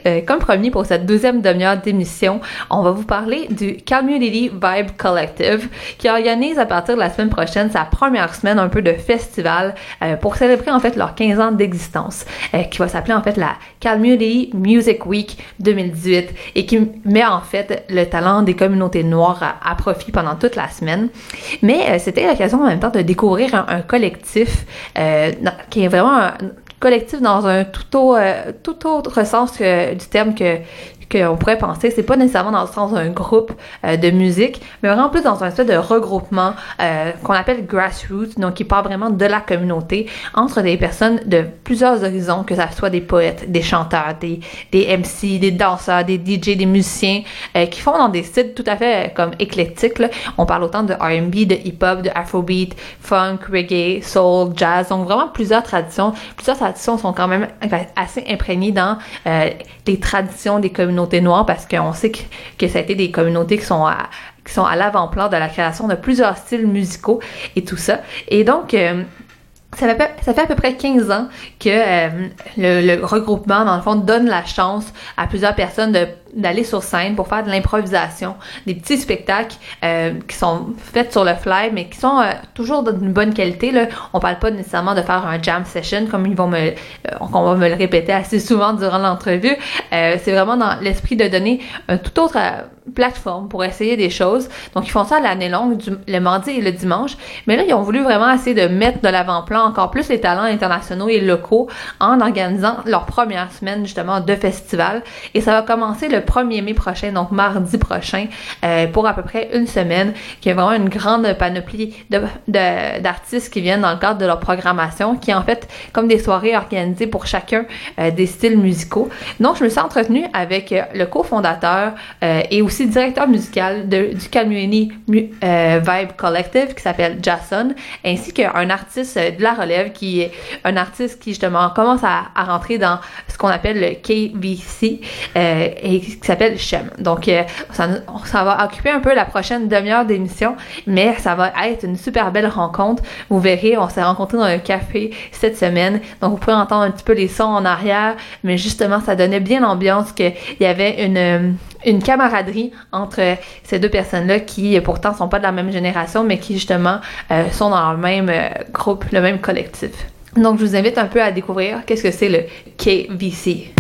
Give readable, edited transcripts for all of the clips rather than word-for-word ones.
Comme promis pour cette deuxième demi-heure d'émission, on va vous parler du Community Vibe Collective qui organise à partir de la semaine prochaine sa première semaine un peu de festival pour célébrer en fait leurs 15 ans d'existence qui va s'appeler en fait la Community Music Week 2018 et qui met en fait le talent des communautés noires à profit pendant toute la semaine. Mais c'était l'occasion en même temps de découvrir un collectif qui est vraiment un collectif dans un tout autre sens du terme qu'on pourrait penser. C'est pas nécessairement dans le sens d'un groupe de musique, mais vraiment plus dans un espèce de regroupement qu'on appelle grassroots, donc qui part vraiment de la communauté entre des personnes de plusieurs horizons, que ça soit des poètes, des chanteurs, des MC, des danseurs, des DJ, des musiciens, qui font dans des styles tout à fait comme éclectiques, là. On parle autant de R&B, de hip-hop, de afrobeat, funk, reggae, soul, jazz, donc vraiment plusieurs traditions. Plusieurs traditions sont quand même assez imprégnées dans les traditions des communautés noires parce qu'on sait que ça a été des communautés qui sont à l'avant-plan de la création de plusieurs styles musicaux et tout ça. Et donc, ça fait à peu près 15 ans que le regroupement, dans le fond, donne la chance à plusieurs personnes d'aller sur scène pour faire de l'improvisation, des petits spectacles qui sont faits sur le fly, mais qui sont toujours d'une bonne qualité, là. On parle pas nécessairement de faire un jam session, comme on va me le répéter assez souvent durant l'entrevue. C'est vraiment dans l'esprit de donner une toute autre plateforme pour essayer des choses. Donc, ils font ça à l'année longue, le mardi et le dimanche. Mais là, ils ont voulu vraiment essayer de mettre de l'avant-plan encore plus les talents internationaux et locaux en organisant leur première semaine, justement, de festival. Et ça va commencer le 1er mai prochain, donc mardi prochain, pour à peu près une semaine, qui a vraiment une grande panoplie d'artistes qui viennent dans le cadre de leur programmation, qui est en fait comme des soirées organisées pour chacun des styles musicaux. Donc, je me suis entretenue avec le cofondateur et aussi directeur musical du Community Vibe Collective, qui s'appelle Jason, ainsi qu'un artiste de la relève, qui est un artiste qui justement commence à rentrer dans ce qu'on appelle le KVC, et qui s'appelle Shem. Donc, ça va occuper un peu la prochaine demi-heure d'émission, mais ça va être une super belle rencontre. Vous verrez, on s'est rencontrés dans un café cette semaine, donc vous pouvez entendre un petit peu les sons en arrière, mais justement, ça donnait bien l'ambiance qu'il y avait une camaraderie entre ces deux personnes-là qui, pourtant, sont pas de la même génération, mais qui, justement, sont dans le même groupe, le même collectif. Donc, je vous invite un peu à découvrir qu'est-ce que c'est le KVC.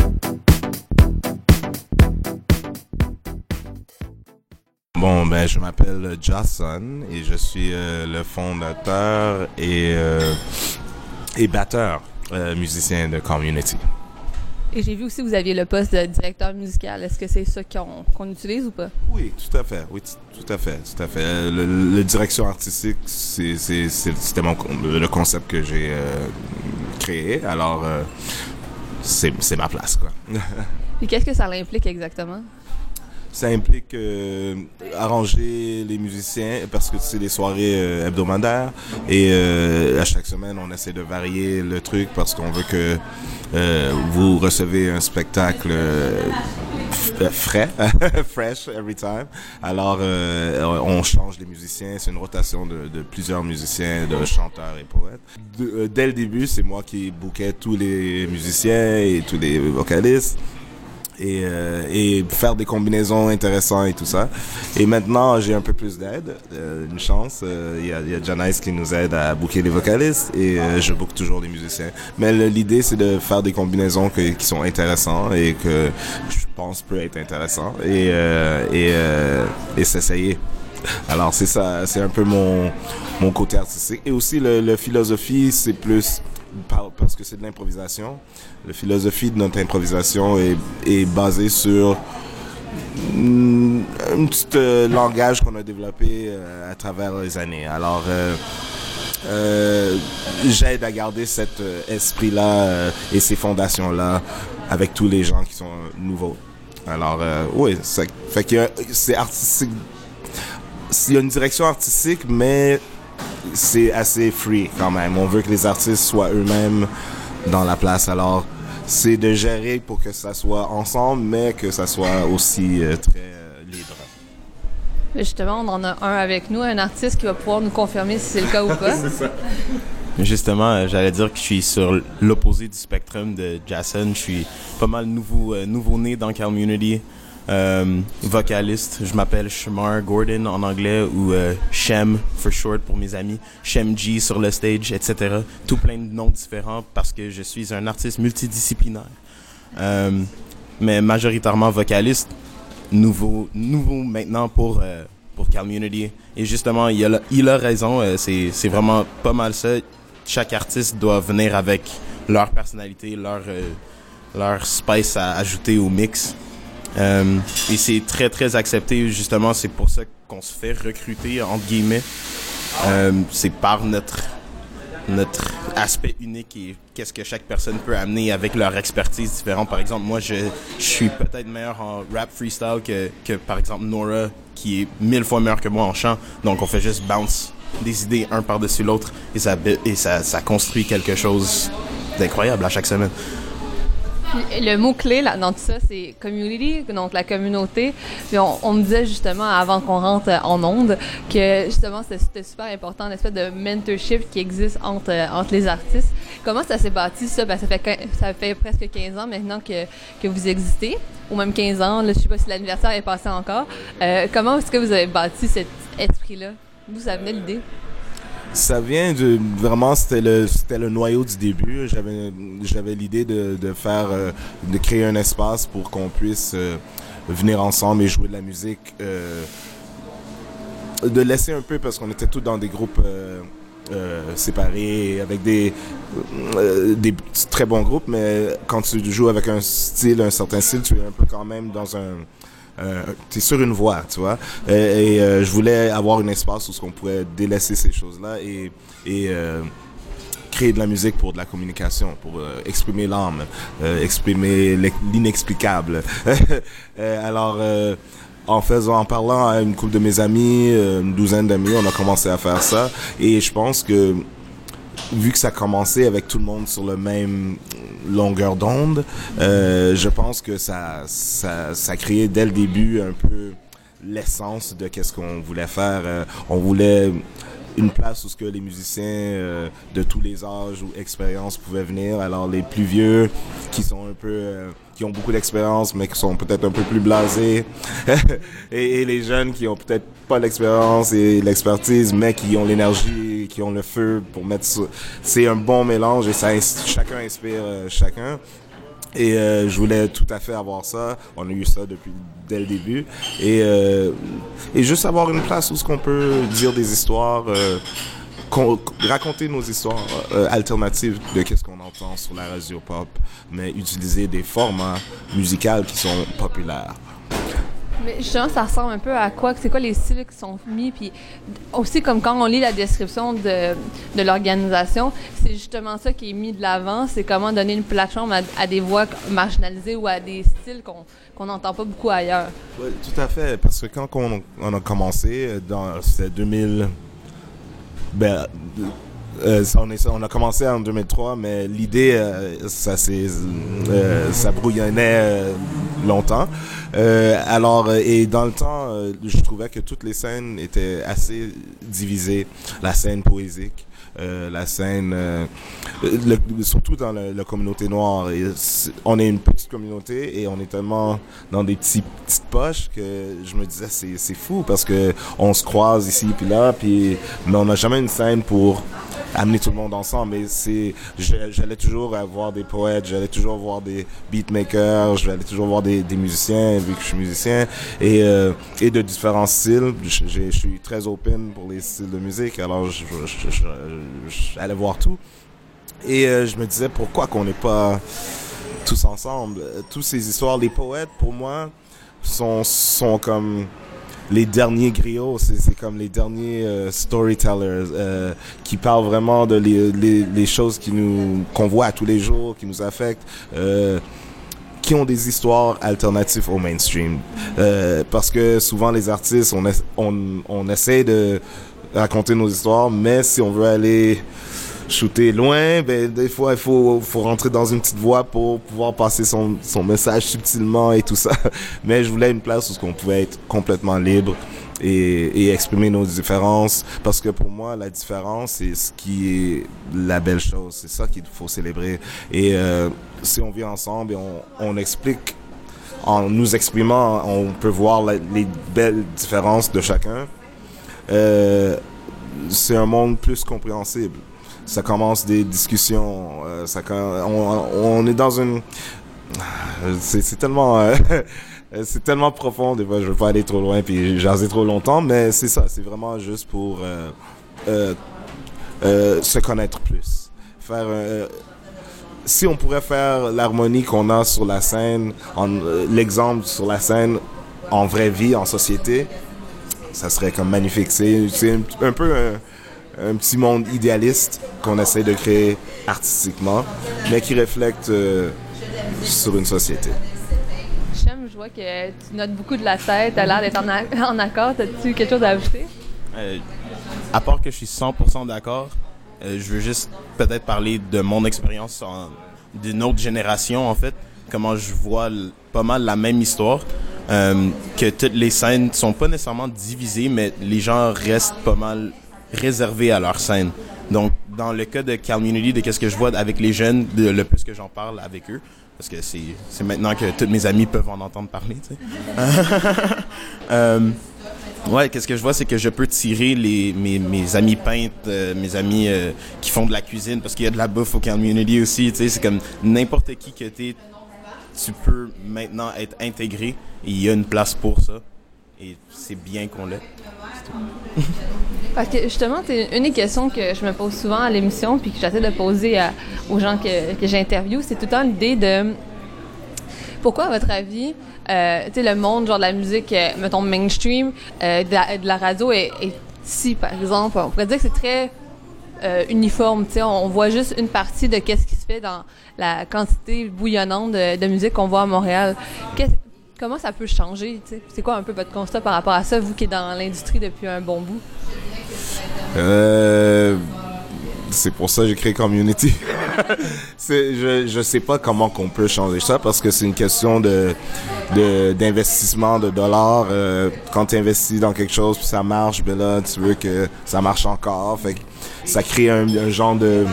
Bon, ben, je m'appelle Jason et je suis le fondateur et batteur musicien de Community. Et j'ai vu aussi que vous aviez le poste de directeur musical. Est-ce que c'est ça qu'on utilise ou pas? Oui, tout à fait. Oui, tout à fait. Le direction artistique, c'était le concept que j'ai créé. Alors, c'est ma place, quoi. Et qu'est-ce que ça implique exactement? Ça implique arranger les musiciens parce que c'est des soirées hebdomadaires et à chaque semaine on essaie de varier le truc parce qu'on veut que vous recevez un spectacle frais, fresh every time. Alors on change les musiciens, c'est une rotation de plusieurs musiciens, de chanteurs et poètes. Dès le début, c'est moi qui bookais tous les musiciens et tous les vocalistes. Et faire des combinaisons intéressantes et tout ça. Et maintenant, j'ai un peu plus d'aide, une chance. Il y a Janice qui nous aide à booker les vocalistes et je book toujours les musiciens. Mais l'idée, c'est de faire des combinaisons qui sont intéressantes et que je pense peut être intéressant et s'essayer. Alors c'est ça, c'est un peu mon côté artistique. Et aussi la philosophie, c'est plus parce que c'est de l'improvisation. La philosophie de notre improvisation est basée sur un petit langage qu'on a développé à travers les années. Alors, j'aide à garder cet esprit-là et ces fondations-là avec tous les gens qui sont nouveaux. Alors, oui, ça fait que c'est artistique. Il y a une direction artistique, mais c'est assez free quand même. On veut que les artistes soient eux-mêmes dans la place. Alors, c'est de gérer pour que ça soit ensemble, mais que ça soit aussi très libre. Justement, on en a un avec nous, un artiste qui va pouvoir nous confirmer si c'est le cas ou pas. C'est ça. Justement, j'allais dire que je suis sur l'opposé du spectre spectrum de Jason. Je suis pas mal nouveau-né dans Calmunity. Vocaliste, je m'appelle Shamar Gordon en anglais ou Shem for short pour mes amis, Shem G sur le stage, etc. Tout plein de noms différents parce que je suis un artiste multidisciplinaire. Mais majoritairement vocaliste, nouveau maintenant pour Calmunity. Et justement, il a raison, c'est vraiment pas mal ça. Chaque artiste doit venir avec leur personnalité, leur spice à ajouter au mix. Et c'est très très accepté, justement, c'est pour ça qu'on se fait recruter entre guillemets. C'est par notre aspect unique et qu'est-ce que chaque personne peut amener avec leur expertise différente. Par exemple, moi je suis peut-être meilleur en rap freestyle que par exemple Nora qui est 1000 fois meilleur que moi en chant. Donc on fait juste bounce des idées un par-dessus l'autre et ça construit quelque chose d'incroyable à chaque semaine. Puis le mot-clé là, dans tout ça, c'est community, donc la communauté. Puis on me disait justement, avant qu'on rentre en onde, que justement, c'était super important, l'espèce de mentorship qui existe entre les artistes. Comment ça s'est bâti, ça? Ben, ça fait presque 15 ans maintenant que vous existez, ou même 15 ans. Là, je sais pas si l'anniversaire est passé encore. Comment est-ce que vous avez bâti cet esprit-là? D'où ça venait l'idée? Ça vient vraiment c'était le noyau du début. J'avais l'idée de créer un espace pour qu'on puisse venir ensemble et jouer de la musique, de laisser un peu parce qu'on était tous dans des groupes séparés avec des très bons groupes, mais quand tu joues avec un certain style, tu es un peu quand même dans t'es sur une voie, tu vois. Je voulais avoir un espace où on pourrait délaisser ces choses-là et créer de la musique pour de la communication, pour exprimer l'âme, exprimer l'inexplicable. Alors, en parlant à une couple de mes amis, une douzaine d'amis, on a commencé à faire ça. Et je pense que vu que ça a commencé avec tout le monde sur le même longueur d'onde, je pense que ça créait dès le début un peu l'essence de qu'est-ce qu'on voulait faire. On voulait une place où ce que les musiciens de tous les âges ou expériences pouvaient venir. Alors les plus vieux qui sont un peu qui ont beaucoup d'expérience mais qui sont peut-être un peu plus blasés et les jeunes qui ont peut-être pas l'expérience et l'expertise mais qui ont l'énergie, qui ont le feu pour mettre ça. C'est un bon mélange et chacun inspire chacun. Et je voulais tout à fait avoir ça. On a eu ça dès le début. Et juste avoir une place où on peut dire des histoires, raconter nos histoires alternatives de qu'est-ce qu'on entend sur la radio pop, mais utiliser des formats musicaux qui sont populaires. Mais justement, ça ressemble un peu à quoi? C'est quoi les styles qui sont mis? Puis aussi, comme quand on lit la description de l'organisation, c'est justement ça qui est mis de l'avant. C'est comment donner une plateforme à des voix marginalisées ou à des styles qu'on n'entend pas beaucoup ailleurs. Oui, tout à fait. Parce que quand on a commencé, c'était 2000... on a commencé en 2003, mais l'idée, ça brouillonnait longtemps. Et dans le temps, je trouvais que toutes les scènes étaient assez divisées. La scène poésique, la scène, surtout dans la communauté noire. On est une petite communauté et on est tellement dans des petites poches que je me disais c'est fou parce que on se croise ici puis là, mais on n'a jamais une scène pour amener tout le monde ensemble. Mais j'allais toujours voir des poètes, j'allais toujours voir des beatmakers, j'allais toujours voir des musiciens vu que je suis musicien et de différents styles. Je suis très open pour les styles de musique, alors j'allais voir tout et je me disais pourquoi qu'on n'est pas tous ensemble. Toutes ces histoires, les poètes pour moi sont comme les derniers griots, c'est comme les derniers storytellers qui parlent vraiment de les choses qu'on voit tous les jours, qui nous affectent, qui ont des histoires alternatives au mainstream. Parce que souvent les artistes, on essaie de raconter nos histoires, mais si on veut aller shooter loin, des fois il faut rentrer dans une petite voie pour pouvoir passer son message subtilement et tout ça. Mais je voulais une place où on pouvait être complètement libre et exprimer nos différences. Parce que pour moi, la différence, c'est ce qui est la belle chose. C'est ça qu'il faut célébrer. Et si on vit ensemble et on explique, en nous exprimant, on peut voir les belles différences de chacun. C'est un monde plus compréhensible. Ça commence des discussions. On est dans une... C'est tellement... c'est tellement profond, des fois je veux pas aller trop loin puis jaser trop longtemps, mais c'est ça, c'est vraiment juste pour se connaître plus. Si on pourrait faire l'harmonie qu'on a sur la scène, l'exemple sur la scène en vraie vie, en société, ça serait comme magnifique. C'est un peu un petit monde idéaliste qu'on essaie de créer artistiquement, mais qui reflète sur une société. Je vois que tu notes beaucoup de la tête, tu as l'air d'être en accord. As-tu quelque chose à ajouter? À part que je suis 100% d'accord, je veux juste peut-être parler de mon expérience d'une autre génération, en fait. Comment je vois pas mal la même histoire. Que toutes les scènes sont pas nécessairement divisées, mais les gens restent pas mal réservés à leur scène. Donc, dans le cas de Calmunity, de qu'est-ce que je vois avec les jeunes, le plus que j'en parle avec eux, parce que c'est maintenant que tous mes amis peuvent en entendre parler, tu sais. Ouais, qu'est-ce que je vois, c'est que je peux tirer mes amis peintres, mes amis qui font de la cuisine, parce qu'il y a de la bouffe au Calmunity aussi, tu sais, c'est comme n'importe qui que t'es, tu peux maintenant être intégré, et il y a une place pour ça, et c'est bien qu'on l'ait. Parce que justement, c'est une des questions que je me pose souvent à l'émission puis que j'essaie de poser aux gens que j'interviewe, c'est tout le temps l'idée de pourquoi, à votre avis, tu sais, le monde genre de la musique, mettons mainstream, de la radio est si, par exemple, on pourrait dire que c'est très uniforme, tu sais, on voit juste une partie de qu'est-ce qui se fait dans la quantité bouillonnante de musique qu'on voit à Montréal. Comment ça peut changer, tu sais? C'est quoi un peu votre constat par rapport à ça, vous qui êtes dans l'industrie depuis un bon bout? C'est pour ça que j'ai créé Community. Je sais pas comment qu'on peut changer ça parce que c'est une question d'investissement de dollars. Quand tu investis dans quelque chose puis ça marche, ben là tu veux que ça marche encore. Fait que ça crée un genre de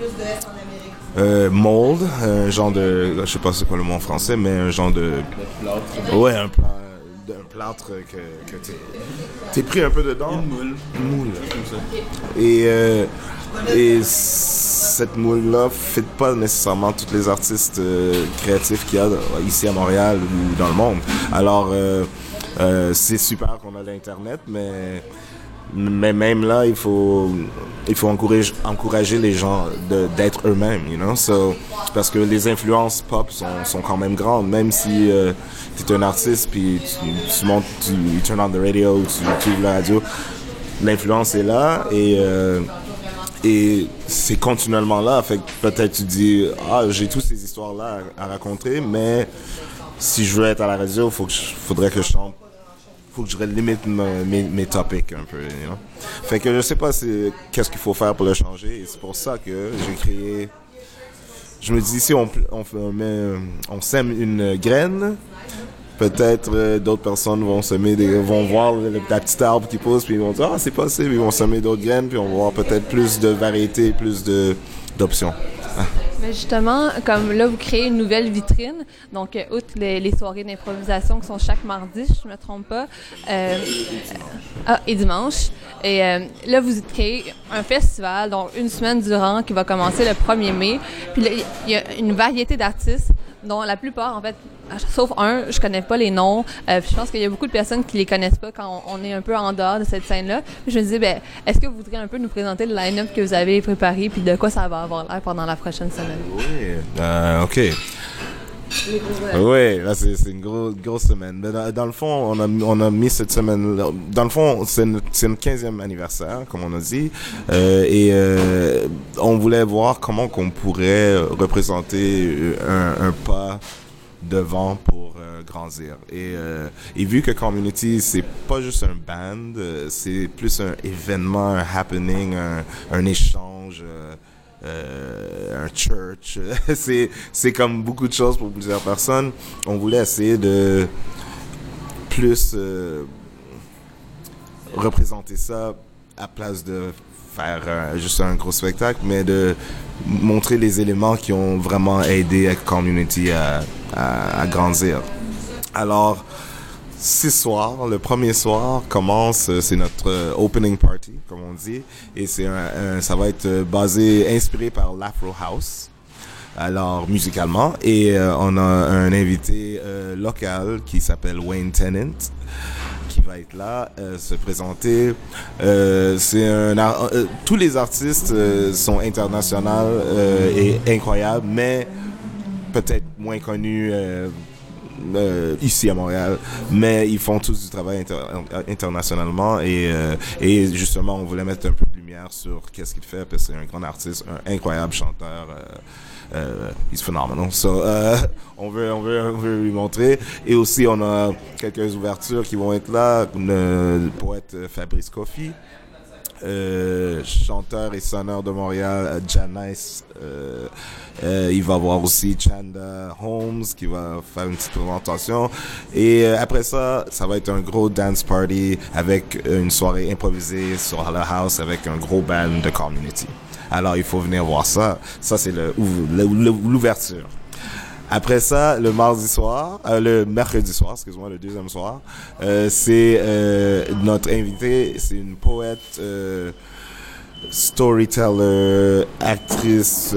mold, un genre de, je sais pas c'est quoi le mot en français, mais un genre de ouais, un plâtre que t'es pris un peu dedans. Une moule comme ça. Et cette moule-là fit pas nécessairement tous les artistes créatifs qu'il y a ici à Montréal ou dans le monde. Alors c'est super qu'on a l'internet, mais même là, il faut encourager les gens d'être eux-mêmes, you know. So, parce que les influences pop sont quand même grandes, même si t'es un artiste puis tu montes, tu turn on the radio ou tu ouvres la radio, l'influence est là et c'est continuellement là. Fait que peut-être tu dis j'ai toutes ces histoires là à raconter, mais si je veux être à la radio, faudrait que je chante. Faut que je limite mes topics un peu, you know? Fait que je sais pas qu'est-ce qu'il faut faire pour le changer et c'est pour ça que j'ai créé. Je me dis si on sème une graine, peut-être d'autres personnes vont voir la petite arbre qui pousse puis ils vont dire c'est possible, ils vont semer d'autres graines puis on va voir peut-être plus de variété, plus d'options. Mais justement, comme là, vous créez une nouvelle vitrine, donc outre les soirées d'improvisation qui sont chaque mardi, si je ne me trompe pas, et dimanche. Et là, vous créez un festival, donc une semaine durant, qui va commencer le 1er mai. Puis là, il y a une variété d'artistes, dont la plupart, en fait, sauf un, je connais pas les noms. Puis je pense qu'il y a beaucoup de personnes qui les connaissent pas quand on est un peu en dehors de cette scène-là. Puis je me disais, est-ce que vous voudriez un peu nous présenter le line-up que vous avez préparé puis de quoi ça va avoir l'air pendant la prochaine semaine? Oui, OK. Oui, là c'est une grosse semaine. Mais dans le fond, on a mis cette semaine. Dans le fond, c'est notre 15e anniversaire, comme on a dit, et on voulait voir comment qu'on pourrait représenter un pas devant pour grandir. Et vu que Community c'est pas juste un band, c'est plus un événement, un happening, un échange. Un church, c'est comme beaucoup de choses pour plusieurs personnes. On voulait essayer de plus représenter ça à place de faire juste un gros spectacle, mais de montrer les éléments qui ont vraiment aidé la community à grandir. Alors, 6 soirs, le premier soir commence, c'est notre opening party, comme on dit, et ça va être inspiré par l'Afro House. Alors, musicalement, et on a un invité local qui s'appelle Wayne Tennant, qui va être là, se présenter. Tous les artistes sont internationaux et incroyables, mais peut-être moins connus ici à Montréal, mais ils font tous du travail internationalement et justement on voulait mettre un peu de lumière sur qu'est-ce qu'il fait parce que c'est un grand artiste, un incroyable chanteur. He's phenomenal. So, on veut lui montrer. Et aussi, on a quelques ouvertures qui vont être là. Le poète Fabrice Coffey, chanteur et sonneur de Montréal, Janice. Il va y avoir aussi Chanda Holmes qui va faire une petite présentation. Et après ça, ça va être un gros dance party avec une soirée improvisée sur la house avec un gros band de community. Alors, il faut venir voir ça. Ça, c'est l'ouverture. Après ça, le mercredi soir, excuse-moi, le deuxième soir, c'est notre invité, c'est une poète, storyteller, actrice,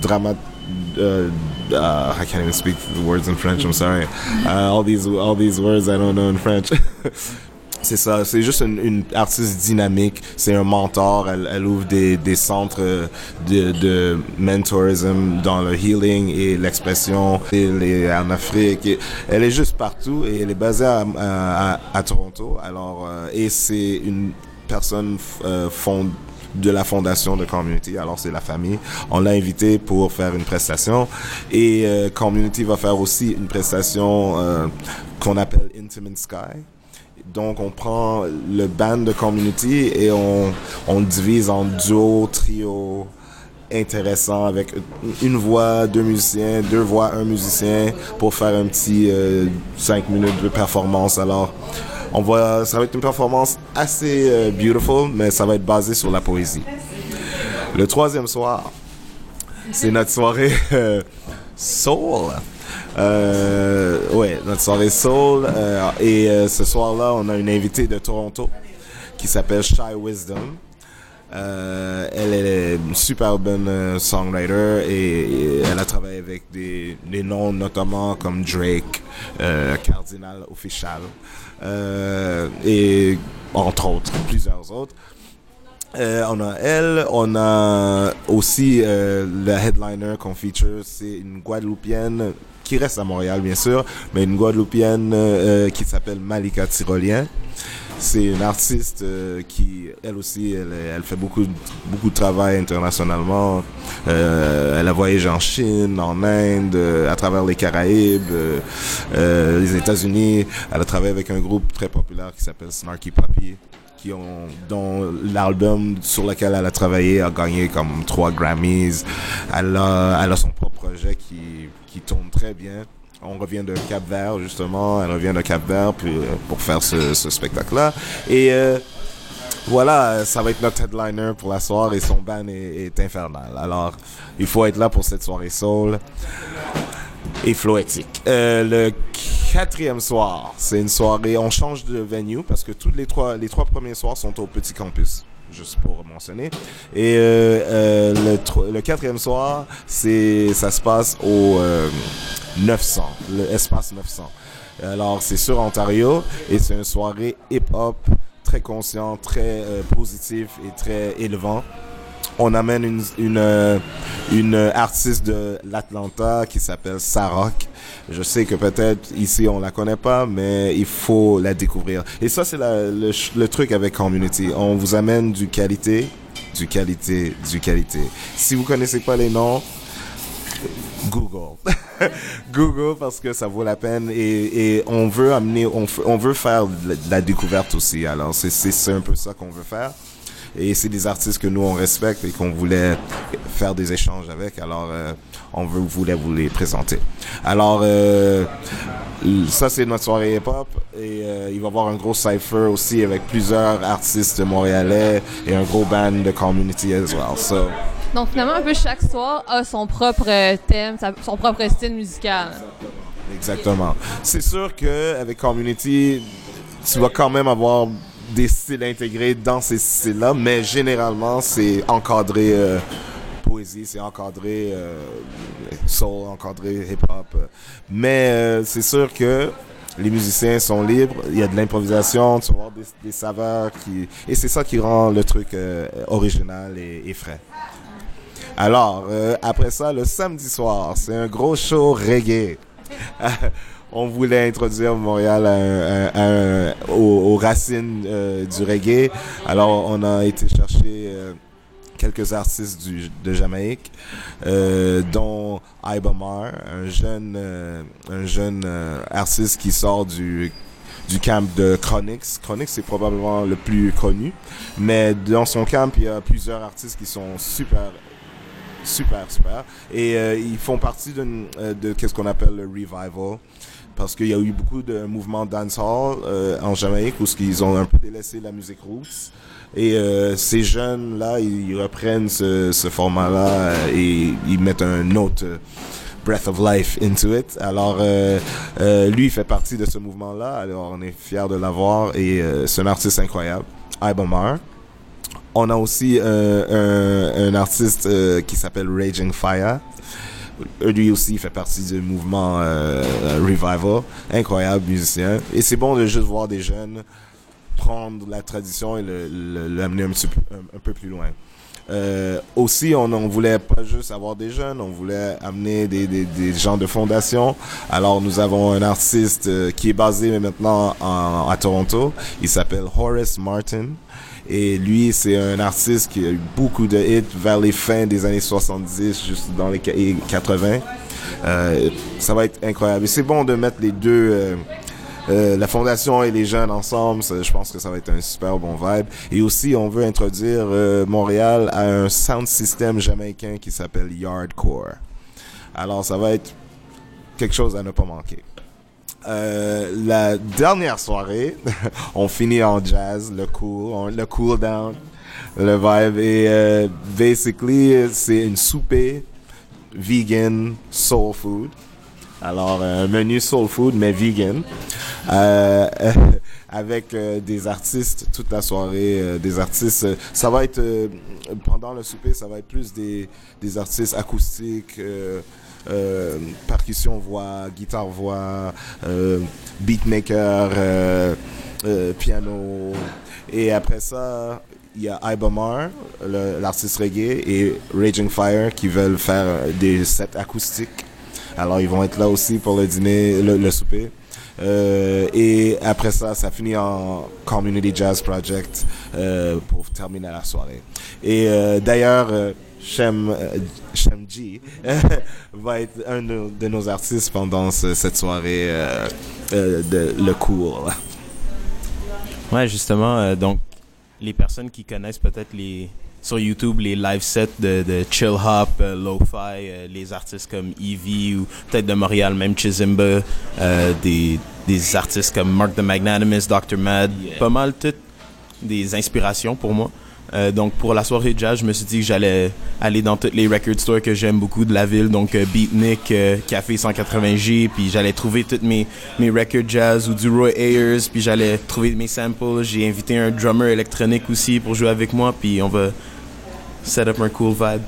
I can't even speak the words in French, I'm sorry. All these words I don't know in French. C'est ça, c'est juste une artiste dynamique, c'est un mentor, elle ouvre des centres de mentorism dans le healing et l'expression, elle est en Afrique, elle est juste partout et elle est basée à Toronto, alors et c'est une personne de la fondation de Community, alors c'est la famille. On l'a invité pour faire une prestation et Community va faire aussi une prestation qu'on appelle Intimate Sky. Donc, on prend le band de Community et on divise en duo, trio intéressant avec une voix, 2 musiciens, 2 voix, 1 musicien pour faire un petit 5 minutes de performance. Alors, ça va être une performance assez beautiful, mais ça va être basé sur la poésie. Le troisième soir, c'est notre soirée soul. Notre soirée soul et ce soir-là, on a une invitée de Toronto qui s'appelle Shy Wisdom. Elle est une super bonne songwriter et elle a travaillé avec des noms notamment comme Drake, Cardinal Official et entre autres, plusieurs autres. On a aussi le headliner qu'on feature, c'est une Guadeloupéenne qui reste à Montréal bien sûr, mais une Guadeloupéenne qui s'appelle Malika Tyrolien. C'est une artiste qui, elle aussi, elle fait beaucoup de travail internationalement. Elle a voyagé en Chine, en Inde, à travers les Caraïbes, les États-Unis. Elle a travaillé avec un groupe très populaire qui s'appelle Snarky Puppy, dont l'album sur lequel elle a travaillé a gagné comme 3 Grammys. Elle a son propre projet qui tourne très bien. On revient de Cap-Vert, justement. Elle revient de Cap-Vert pour faire ce spectacle-là. Et voilà, ça va être notre headliner pour la soirée et son band est infernal. Alors, il faut être là pour cette soirée soul et floétique. Le 4e soir, c'est une soirée, on change de venue parce que les trois premiers soirs sont au Petit Campus, juste pour mentionner. Et le 4e soir, ça se passe au 900, l'espace 900. Alors, c'est sur Ontario et c'est une soirée hip-hop très conscient, très positif et très élevant. On amène une artiste de l'Atlanta qui s'appelle Sarok. Je sais que peut-être ici on la connaît pas, mais il faut la découvrir. Et ça, c'est le truc avec Community. On vous amène du qualité. Si vous connaissez pas les noms, Google. Google parce que ça vaut la peine et on veut faire de la découverte aussi. Alors c'est un peu ça qu'on veut faire. et c'est des artistes que nous on respecte et qu'on voulait faire des échanges avec. Alors voulait vous les présenter. Alors ça c'est notre soirée hip-hop et il va y avoir un gros cypher aussi avec plusieurs artistes montréalais et un gros band de community as well. So, donc finalement, un peu chaque soir a son propre thème, son propre style musical. Exactement. C'est sûr qu'avec Community, tu vas quand même avoir des styles intégrés dans ces styles-là, mais généralement, c'est encadré poésie, c'est encadré soul, encadré hip-hop. Mais c'est sûr que les musiciens sont libres, il y a de l'improvisation, tu vas avoir des saveurs et c'est ça qui rend le truc original et frais. Alors, après ça, le samedi soir, c'est un gros show reggae. On voulait introduire Montréal aux racines du reggae. Alors, on a été chercher quelques artistes de Jamaïque, dont Ibamar, un jeune artiste qui sort du camp de Chronix. Chronix, c'est probablement le plus connu. Mais dans son camp, il y a plusieurs artistes qui sont super. Et ils font partie de qu'est-ce qu'on appelle le revival, parce qu'il y a eu beaucoup de mouvements dancehall en Jamaïque où ils ont un peu délaissé la musique roots. Et ces jeunes-là, ils reprennent ce format-là et ils mettent un autre breath of life into it. Alors, lui, il fait partie de ce mouvement-là. Alors, on est fiers de l'avoir et c'est un artiste incroyable, Ibamar. On a aussi un artiste qui s'appelle Raging Fire. Lui aussi fait partie du mouvement Revival. Incroyable musicien. Et c'est bon de juste voir des jeunes prendre la tradition et l'amener un peu plus loin. Aussi, on voulait pas juste avoir des jeunes, on voulait amener des gens de fondation. Alors, nous avons un artiste qui est basé maintenant à Toronto. Il s'appelle Horace Martin. Et lui, c'est un artiste qui a eu beaucoup de hits vers les fins des années 70, juste dans les 80. Ça va être incroyable. Et c'est bon de mettre les deux, la fondation et les jeunes ensemble. Je pense que ça va être un super bon vibe. Et aussi, on veut introduire Montréal à un sound system jamaïcain qui s'appelle Yardcore. Alors, ça va être quelque chose à ne pas manquer. La dernière soirée, on finit en jazz, le cool down, le vibe et basically c'est une souper vegan soul food. Alors un menu soul food mais vegan avec des artistes toute la soirée, des artistes. Ça va être pendant le souper, ça va être plus des artistes acoustiques. Percussion voix, guitare voix, beatmaker, piano. Et après ça, il y a Ibamar, l'artiste reggae, et Raging Fire qui veulent faire des sets acoustiques. Alors ils vont être là aussi pour le dîner, le souper. Et après ça, ça finit en Community Jazz Project pour terminer la soirée. Et d'ailleurs, Shem G va être un de nos artistes pendant cette soirée le cool. Ouais, justement, donc les personnes qui connaissent peut-être sur YouTube les live sets de chill hop, lo-fi, les artistes comme Evie ou peut-être de Montréal même Chizimba, des artistes comme Mark the Magnanimous, Dr. Mad, pas mal toutes des inspirations pour moi. Donc pour la soirée de jazz, je me suis dit que j'allais aller dans toutes les record stores que j'aime beaucoup de la ville, donc Beatnik, Café 180G, puis j'allais trouver toutes mes records jazz ou du Roy Ayers, puis j'allais trouver mes samples. J'ai invité un drummer électronique aussi pour jouer avec moi, puis on va set up un cool vibe.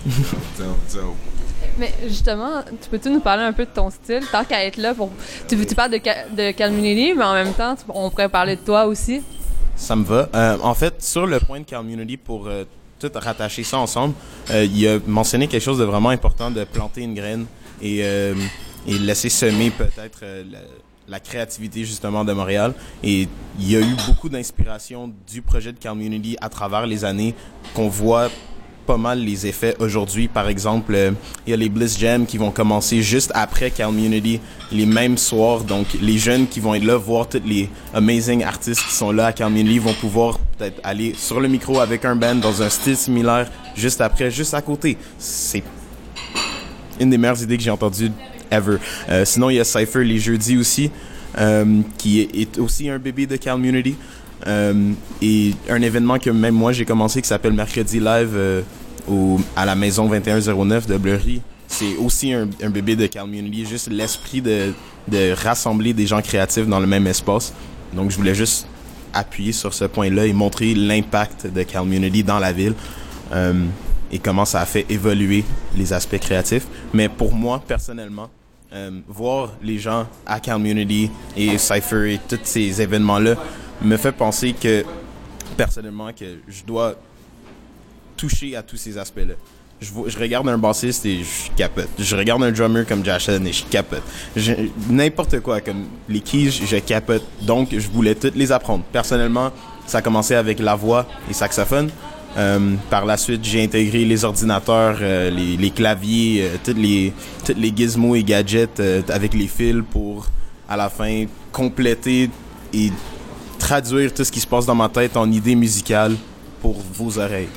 Mais justement, tu peux-tu nous parler un peu de ton style, tant qu'à être là pour... Tu parles de Calmunity, mais en même temps, on pourrait parler de toi aussi. Ça me va. En fait, sur le point de Calmunity, pour tout rattacher ça ensemble, il a mentionné quelque chose de vraiment important, de planter une graine et laisser semer peut-être la créativité justement de Montréal. Et il y a eu beaucoup d'inspiration du projet de Calmunity à travers les années qu'on voit pas mal les effets aujourd'hui. Par exemple, il y a les Bliss Jam qui vont commencer juste après Calmunity, les mêmes soirs. Donc, les jeunes qui vont être là, voir tous les amazing artistes qui sont là à Calmunity vont pouvoir peut-être aller sur le micro avec un band dans un style similaire juste après, juste à côté. C'est une des meilleures idées que j'ai entendues ever. Sinon, il y a Cypher les jeudis aussi, qui est aussi un bébé de Calmunity. Et un événement que même moi j'ai commencé qui s'appelle Mercredi Live à la maison 2109 de Bleury. C'est aussi un bébé de Calmunity, juste l'esprit de rassembler des gens créatifs dans le même espace. Donc je voulais juste appuyer sur ce point-là et montrer l'impact de Calmunity dans la ville et comment ça a fait évoluer les aspects créatifs. Mais pour moi, personnellement, voir les gens à Calmunity et Cypher et tous ces événements-là me fait penser que, personnellement, que je dois toucher à tous ces aspects-là. Je regarde un bassiste et je capote. Je regarde un drummer comme Jashan et je capote. N'importe quoi, comme les keys, je capote. Donc, je voulais toutes les apprendre. Personnellement, ça a commencé avec la voix et saxophone. Par la suite, j'ai intégré les ordinateurs, les claviers, toutes les gizmos et gadgets avec les fils pour, à la fin, compléter et traduire tout ce qui se passe dans ma tête en idées musicales pour vos oreilles.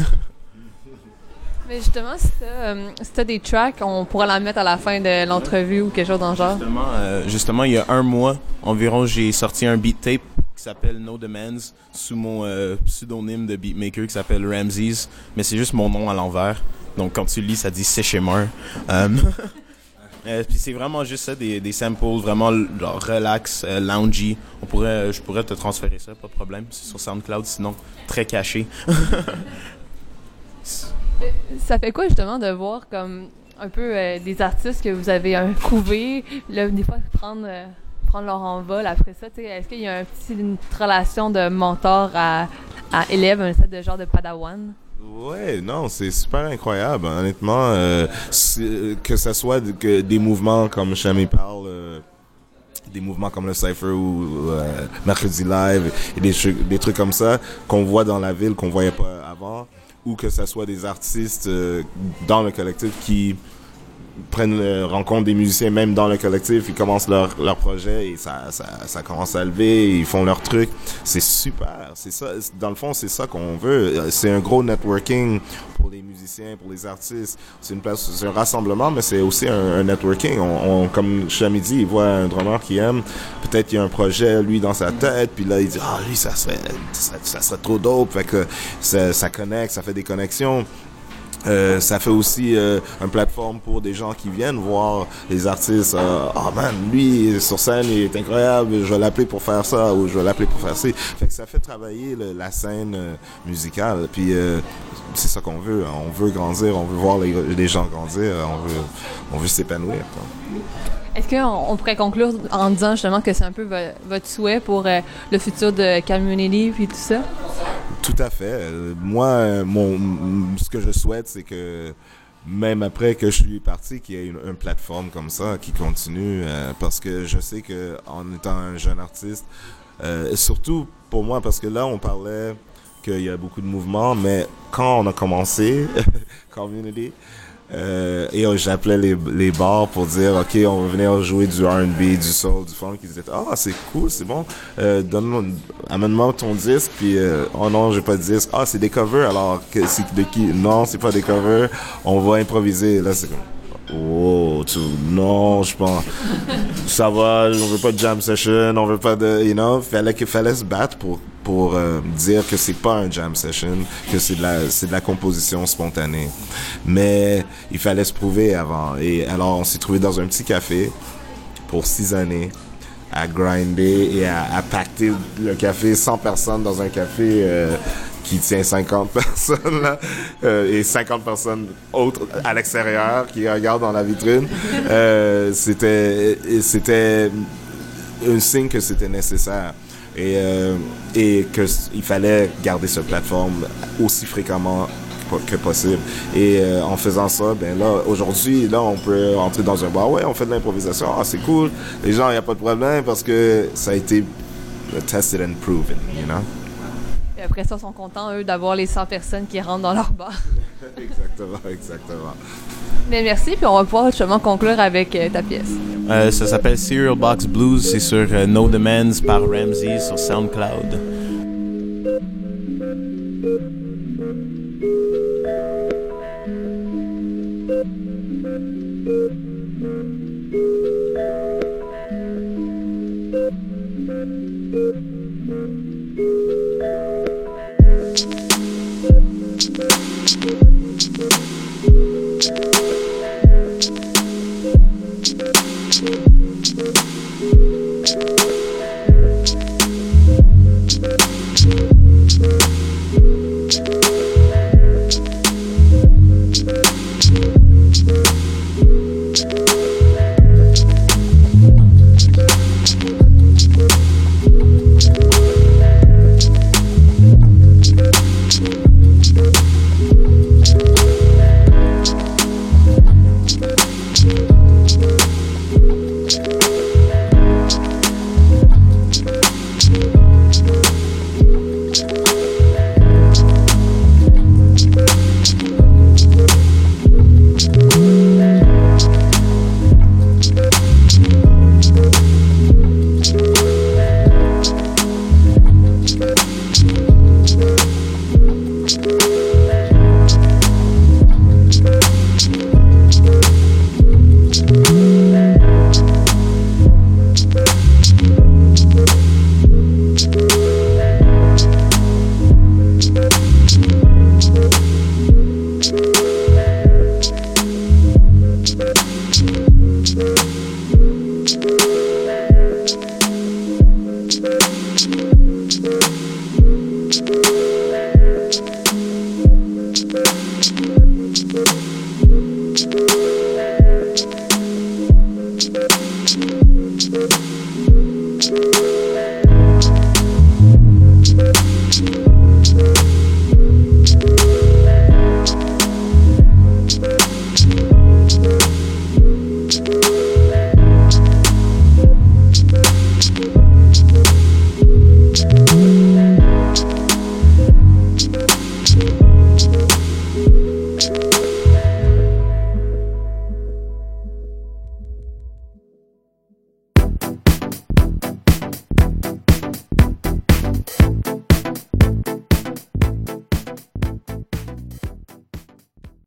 Mais justement, si t'as des tracks, on pourra la mettre à la fin de l'entrevue ou quelque chose dans le genre. Justement, il y a un mois environ, j'ai sorti un beat tape qui s'appelle No Demands sous mon pseudonyme de beatmaker qui s'appelle Ramses, mais c'est juste mon nom à l'envers. Donc quand tu le lis, ça dit Seshemar. Puis c'est vraiment juste ça, des samples vraiment genre, relax, loungy. Je pourrais te transférer ça, pas de problème. C'est sur SoundCloud, sinon très caché. Ça fait quoi justement de voir comme un peu des artistes que vous avez couvé, là, des fois prendre leur envol après ça, tu sais, est-ce qu'il y a une petite relation de mentor à élève, un set de genre de padawan? Ouais, non, c'est super incroyable, honnêtement, que ça soit des mouvements comme Chami parle, des mouvements comme le Cypher ou Mercredi Live et des trucs comme ça qu'on voit dans la ville qu'on voyait pas avant, ou que ça soit des artistes dans le collectif qui rencontrent des musiciens même dans le collectif, ils commencent leur projet et ça commence à lever, ils font leur truc. C'est super, c'est ça. Dans le fond, c'est ça qu'on veut. C'est un gros networking pour les musiciens, pour les artistes. C'est une place, c'est un rassemblement, mais c'est aussi un networking. Comme Chami dit, il voit un drummer qu'il aime. Peut-être qu'il y a un projet, lui, dans sa tête, puis là, il dit, lui, ça serait trop dope. Fait que ça connecte, ça fait des connexions. Ça fait aussi une plateforme pour des gens qui viennent voir les artistes. Man, lui, sur scène, il est incroyable, je vais l'appeler pour faire ça, ou je vais l'appeler pour faire ci. Fait que ça fait travailler la scène musicale. Puis c'est ça qu'on veut. On veut grandir, on veut voir les gens grandir, on veut s'épanouir, quoi. Est-ce qu'on pourrait conclure en disant justement que c'est un peu votre souhait pour le futur de Calmunity puis tout ça? Tout à fait. Moi, ce que je souhaite, c'est que même après que je suis parti, qu'il y ait une plateforme comme ça qui continue, parce que je sais que en étant un jeune artiste, surtout pour moi, parce que là, on parlait qu'il y a beaucoup de mouvements, mais quand on a commencé Community, et j'appelais les bars pour dire ok, on va venir jouer du R&B, du soul, du funk. Ils disaient c'est cool, c'est bon, amène-moi ton disque. Puis oh non, j'ai pas de disque. C'est des covers. Alors c'est de qui? Non, c'est pas des covers, on va improviser. Là c'est comme non, je pense ça va, on veut pas de jam session, on veut pas de, fallait se battre pour dire que c'est pas un jam session, que c'est de la composition spontanée. Mais il fallait se prouver avant. Et alors on s'est trouvé dans un petit café pour 6 années à grinder et à pacter le café, 100 personnes dans un café qui tient 50 personnes là, et 50 personnes autres à l'extérieur qui regardent dans la vitrine. C'était un signe que c'était nécessaire et que il fallait garder cette plateforme aussi fréquemment que possible. Et en faisant ça, là, aujourd'hui, là, on peut entrer dans un bar. Ouais, on fait de l'improvisation. C'est cool. Les gens, il n'y a pas de problème parce que ça a été tested and proven, you know? Et après ça, ils sont contents, eux, d'avoir les 100 personnes qui rentrent dans leur bar. Exactement. Mais merci, puis on va pouvoir justement conclure avec ta pièce. Ça s'appelle Cereal Box Blues, c'est sur No Demands par Ramsey sur SoundCloud.